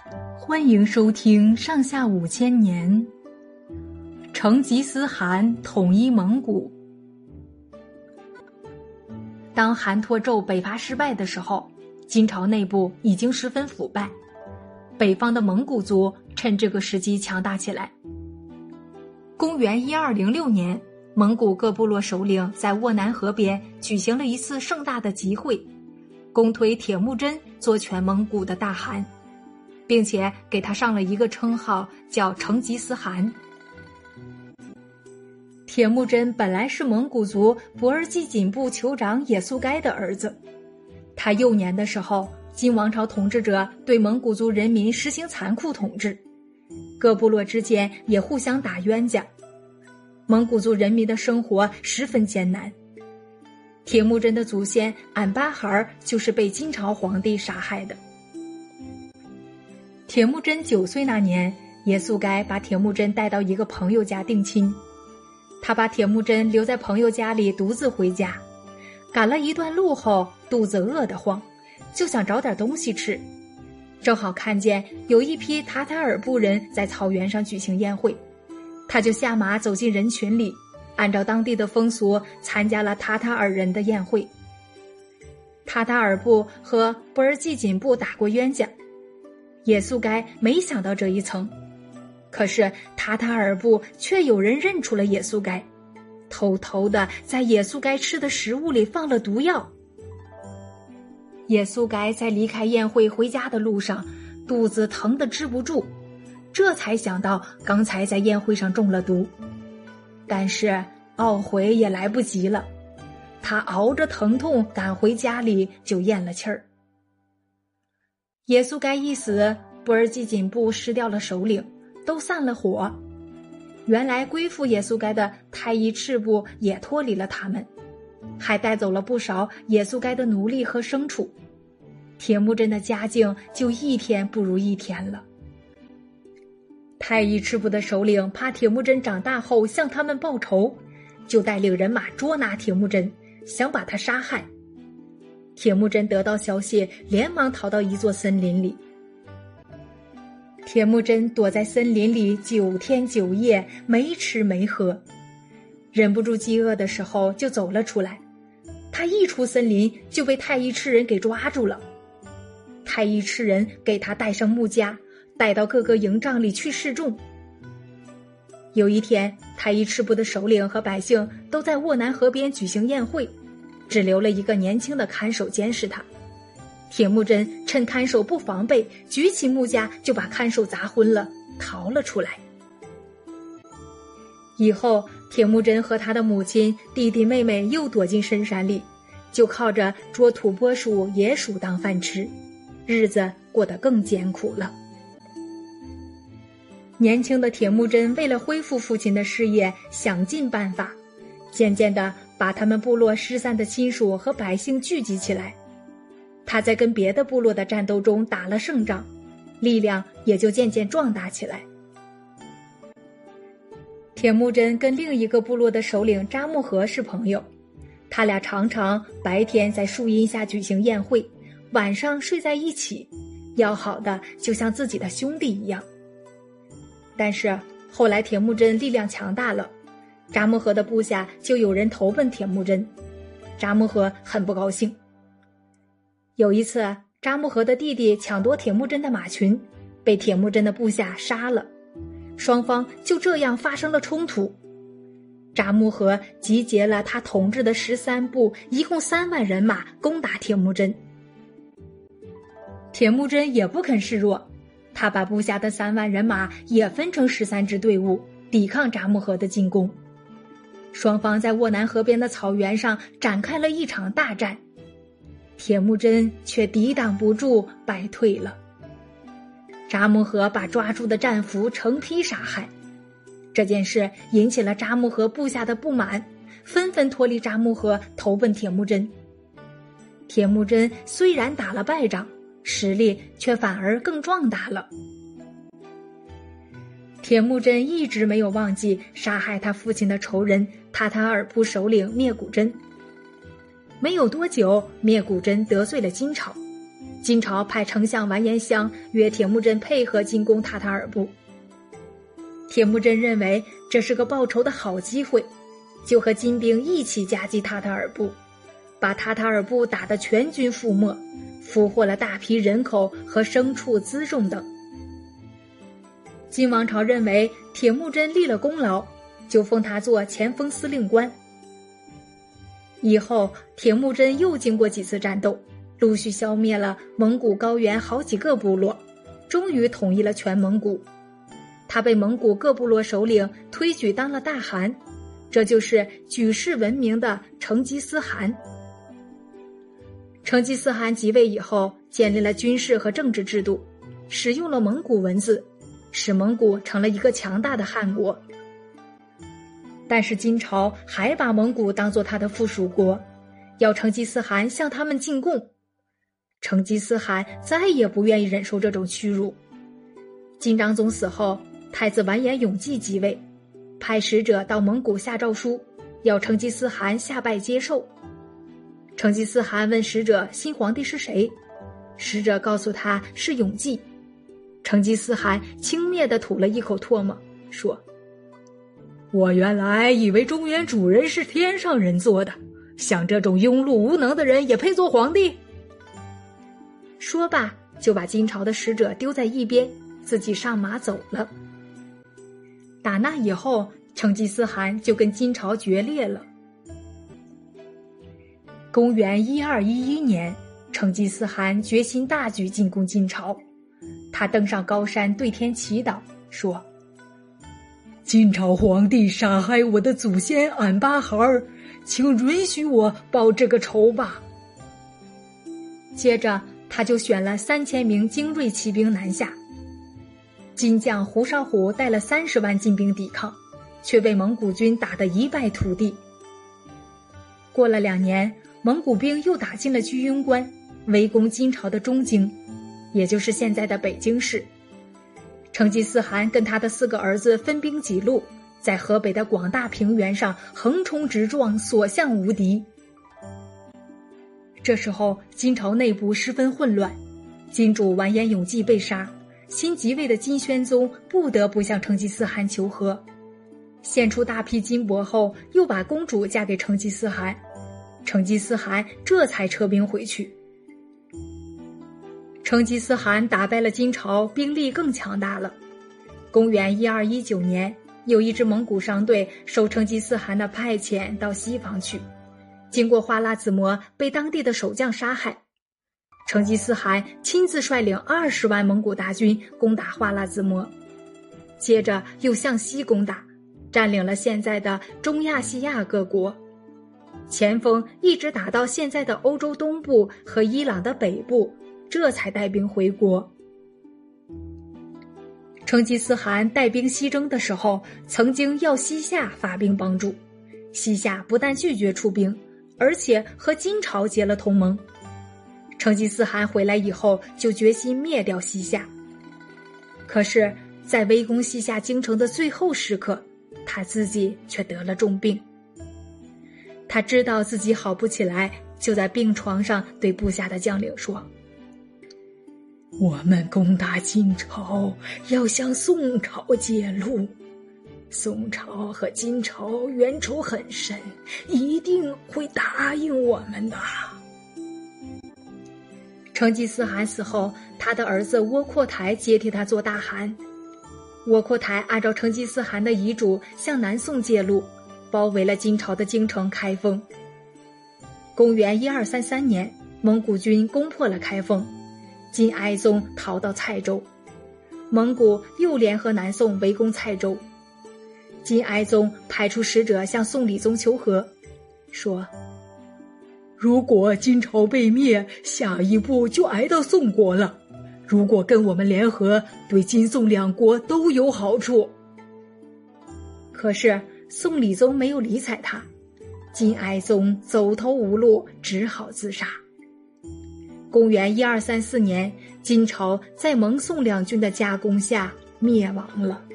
欢迎收听上下5000年。成吉思汗统一蒙古。当汗脱纣北伐失败的时候，金朝内部已经十分腐败，北方的蒙古族趁这个时机强大起来。公元1206年，蒙古各部落首领在沃南河边举行了一次盛大的集会，公推铁木真做全蒙古的大汗，并且给他上了一个称号，叫成吉思汗。铁木真本来是蒙古族博尔济锦部酋长也速该的儿子，他幼年的时候，金王朝统治者对蒙古族人民实行残酷统治，各部落之间也互相打冤家，蒙古族人民的生活十分艰难。铁木真的祖先俺巴哈尔就是被金朝皇帝杀害的。铁木真9岁那年，也速该把铁木真带到一个朋友家定亲，他把铁木真留在朋友家里独自回家，赶了一段路后，肚子饿得慌，就想找点东西吃，正好看见有一批塔塔尔部人在草原上举行宴会，他就下马走进人群里，按照当地的风俗参加了塔塔尔人的宴会。塔塔尔部和博尔济锦部打过冤家，也速该没想到这一层，可是塔塔尔部却有人认出了也速该，偷偷的在也速该吃的食物里放了毒药。也速该在离开宴会回家的路上，肚子疼得支不住，这才想到刚才在宴会上中了毒，但是懊悔也来不及了，他熬着疼痛赶回家里就咽了气儿。也速该一死，博尔济锦部失掉了首领，都散了伙。原来归附也速该的太乙赤部也脱离了他们，还带走了不少也速该的奴隶和牲畜。铁木真的家境就一天不如一天了。太乙赤部的首领怕铁木真长大后向他们报仇，就带领人马捉拿铁木真，想把他杀害。铁木真得到消息，连忙逃到一座森林里。铁木真躲在森林里9天9夜，没吃没喝，忍不住饥饿的时候就走了出来。他一出森林就被太乙赤人给抓住了。太乙赤人给他戴上木枷，带到各个营帐里去示众。有一天，太乙赤部的首领和百姓都在沃南河边举行宴会，只留了一个年轻的看守监视他。铁木真趁看守不防备，举起木枷就把看守砸昏了，逃了出来。以后，铁木真和他的母亲、弟弟妹妹又躲进深山里，就靠着捉土拨鼠、野鼠当饭吃，日子过得更艰苦了。年轻的铁木真为了恢复父亲的事业，想尽办法，渐渐地把他们部落失散的亲属和百姓聚集起来。他在跟别的部落的战斗中打了胜仗，力量也就渐渐壮大起来。铁木真跟另一个部落的首领扎木合是朋友，他俩常常白天在树荫下举行宴会，晚上睡在一起，要好的就像自己的兄弟一样。但是后来铁木真力量强大了，扎木合的部下就有人投奔铁木真，扎木合很不高兴。有一次，扎木合的弟弟抢夺铁木真的马群，被铁木真的部下杀了，双方就这样发生了冲突。扎木合集结了他统治的13部，一共3万人马攻打铁木真。铁木真也不肯示弱，他把部下的3万人马也分成13支队伍，抵抗扎木合的进攻。双方在沃南河边的草原上展开了一场大战，铁木真却抵挡不住，败退了。扎木合把抓住的战俘成批杀害，这件事引起了扎木合部下的不满，纷纷脱离扎木合投奔铁木真。铁木真虽然打了败仗，实力却反而更壮大了。铁木真一直没有忘记杀害他父亲的仇人塔塔尔部首领灭古真。没有多久，灭古真得罪了金朝， 金朝派丞相完颜襄约铁木真配合进攻塔塔尔部。铁木真认为这是个报仇的好机会，就和金兵一起夹击塔塔尔部，把塔塔尔部打得全军覆没，俘获了大批人口和牲畜辎重等。金王朝认为铁木真立了功劳，就封他做前锋司令官。以后铁木真又经过几次战斗，陆续消灭了蒙古高原好几个部落，终于统一了全蒙古。他被蒙古各部落首领推举当了大汗，这就是举世闻名的成吉思汗。成吉思汗即位以后，建立了军事和政治制度，使用了蒙古文字，使蒙古成了一个强大的汗国。但是金朝还把蒙古当作他的附属国，要成吉思汗向他们进贡。成吉思汗再也不愿意忍受这种屈辱。金章宗死后，太子完颜永济即位，派使者到蒙古下诏书，要成吉思汗下拜接受。成吉思汗问使者新皇帝是谁，使者告诉他是永济。成吉思汗轻蔑地吐了一口唾沫，说：我原来以为中原主人是天上人做的，像这种庸碌无能的人也配做皇帝？说罢就把金朝的使者丢在一边，自己上马走了。打那以后，成吉思汗就跟金朝决裂了。公元1211年，成吉思汗决心大举进攻金朝。他登上高山对天祈祷，说：金朝皇帝杀害我的祖先俺巴孩儿，请允许我报这个仇吧。接着他就选了3000名精锐骑兵南下。金将胡绍虎带了30万精兵抵抗，却被蒙古军打得一败涂地。过了2年，蒙古兵又打进了居庸关，围攻金朝的中京，也就是现在的北京市。成吉思汗跟他的4个儿子分兵几路，在河北的广大平原上横冲直撞，所向无敌。这时候金朝内部十分混乱，金主完颜永济被杀，新即位的金宣宗不得不向成吉思汗求和，献出大批金帛后，又把公主嫁给成吉思汗，成吉思汗这才撤兵回去。成吉思汗打败了金朝，兵力更强大了。公元1219年，有一支蒙古商队受成吉思汗的派遣到西方去，经过花剌子模，被当地的守将杀害。成吉思汗亲自率领20万蒙古大军攻打花剌子模，接着又向西攻打，占领了现在的中亚细亚各国，前锋一直打到现在的欧洲东部和伊朗的北部，这才带兵回国。成吉思汗带兵西征的时候，曾经要西夏发兵帮助，西夏不但拒绝出兵，而且和金朝结了同盟。成吉思汗回来以后，就决心灭掉西夏。可是在围攻西夏京城的最后时刻，他自己却得了重病。他知道自己好不起来，就在病床上对部下的将领说：我们攻打金朝，要向宋朝借路。宋朝和金朝冤仇很深，一定会答应我们的。成吉思汗死后，他的儿子窝阔台接替他做大汗。窝阔台按照成吉思汗的遗嘱向南宋借路，包围了金朝的京城开封。公元1233年，蒙古军攻破了开封，金哀宗逃到蔡州，蒙古又联合南宋围攻蔡州。金哀宗派出使者向宋理宗求和，说：如果金朝被灭，下一步就挨到宋国了，如果跟我们联合，对金宋两国都有好处。可是宋理宗没有理睬他，金哀宗走投无路，只好自杀。公元1234年，金朝在蒙宋两军的夹攻下灭亡了。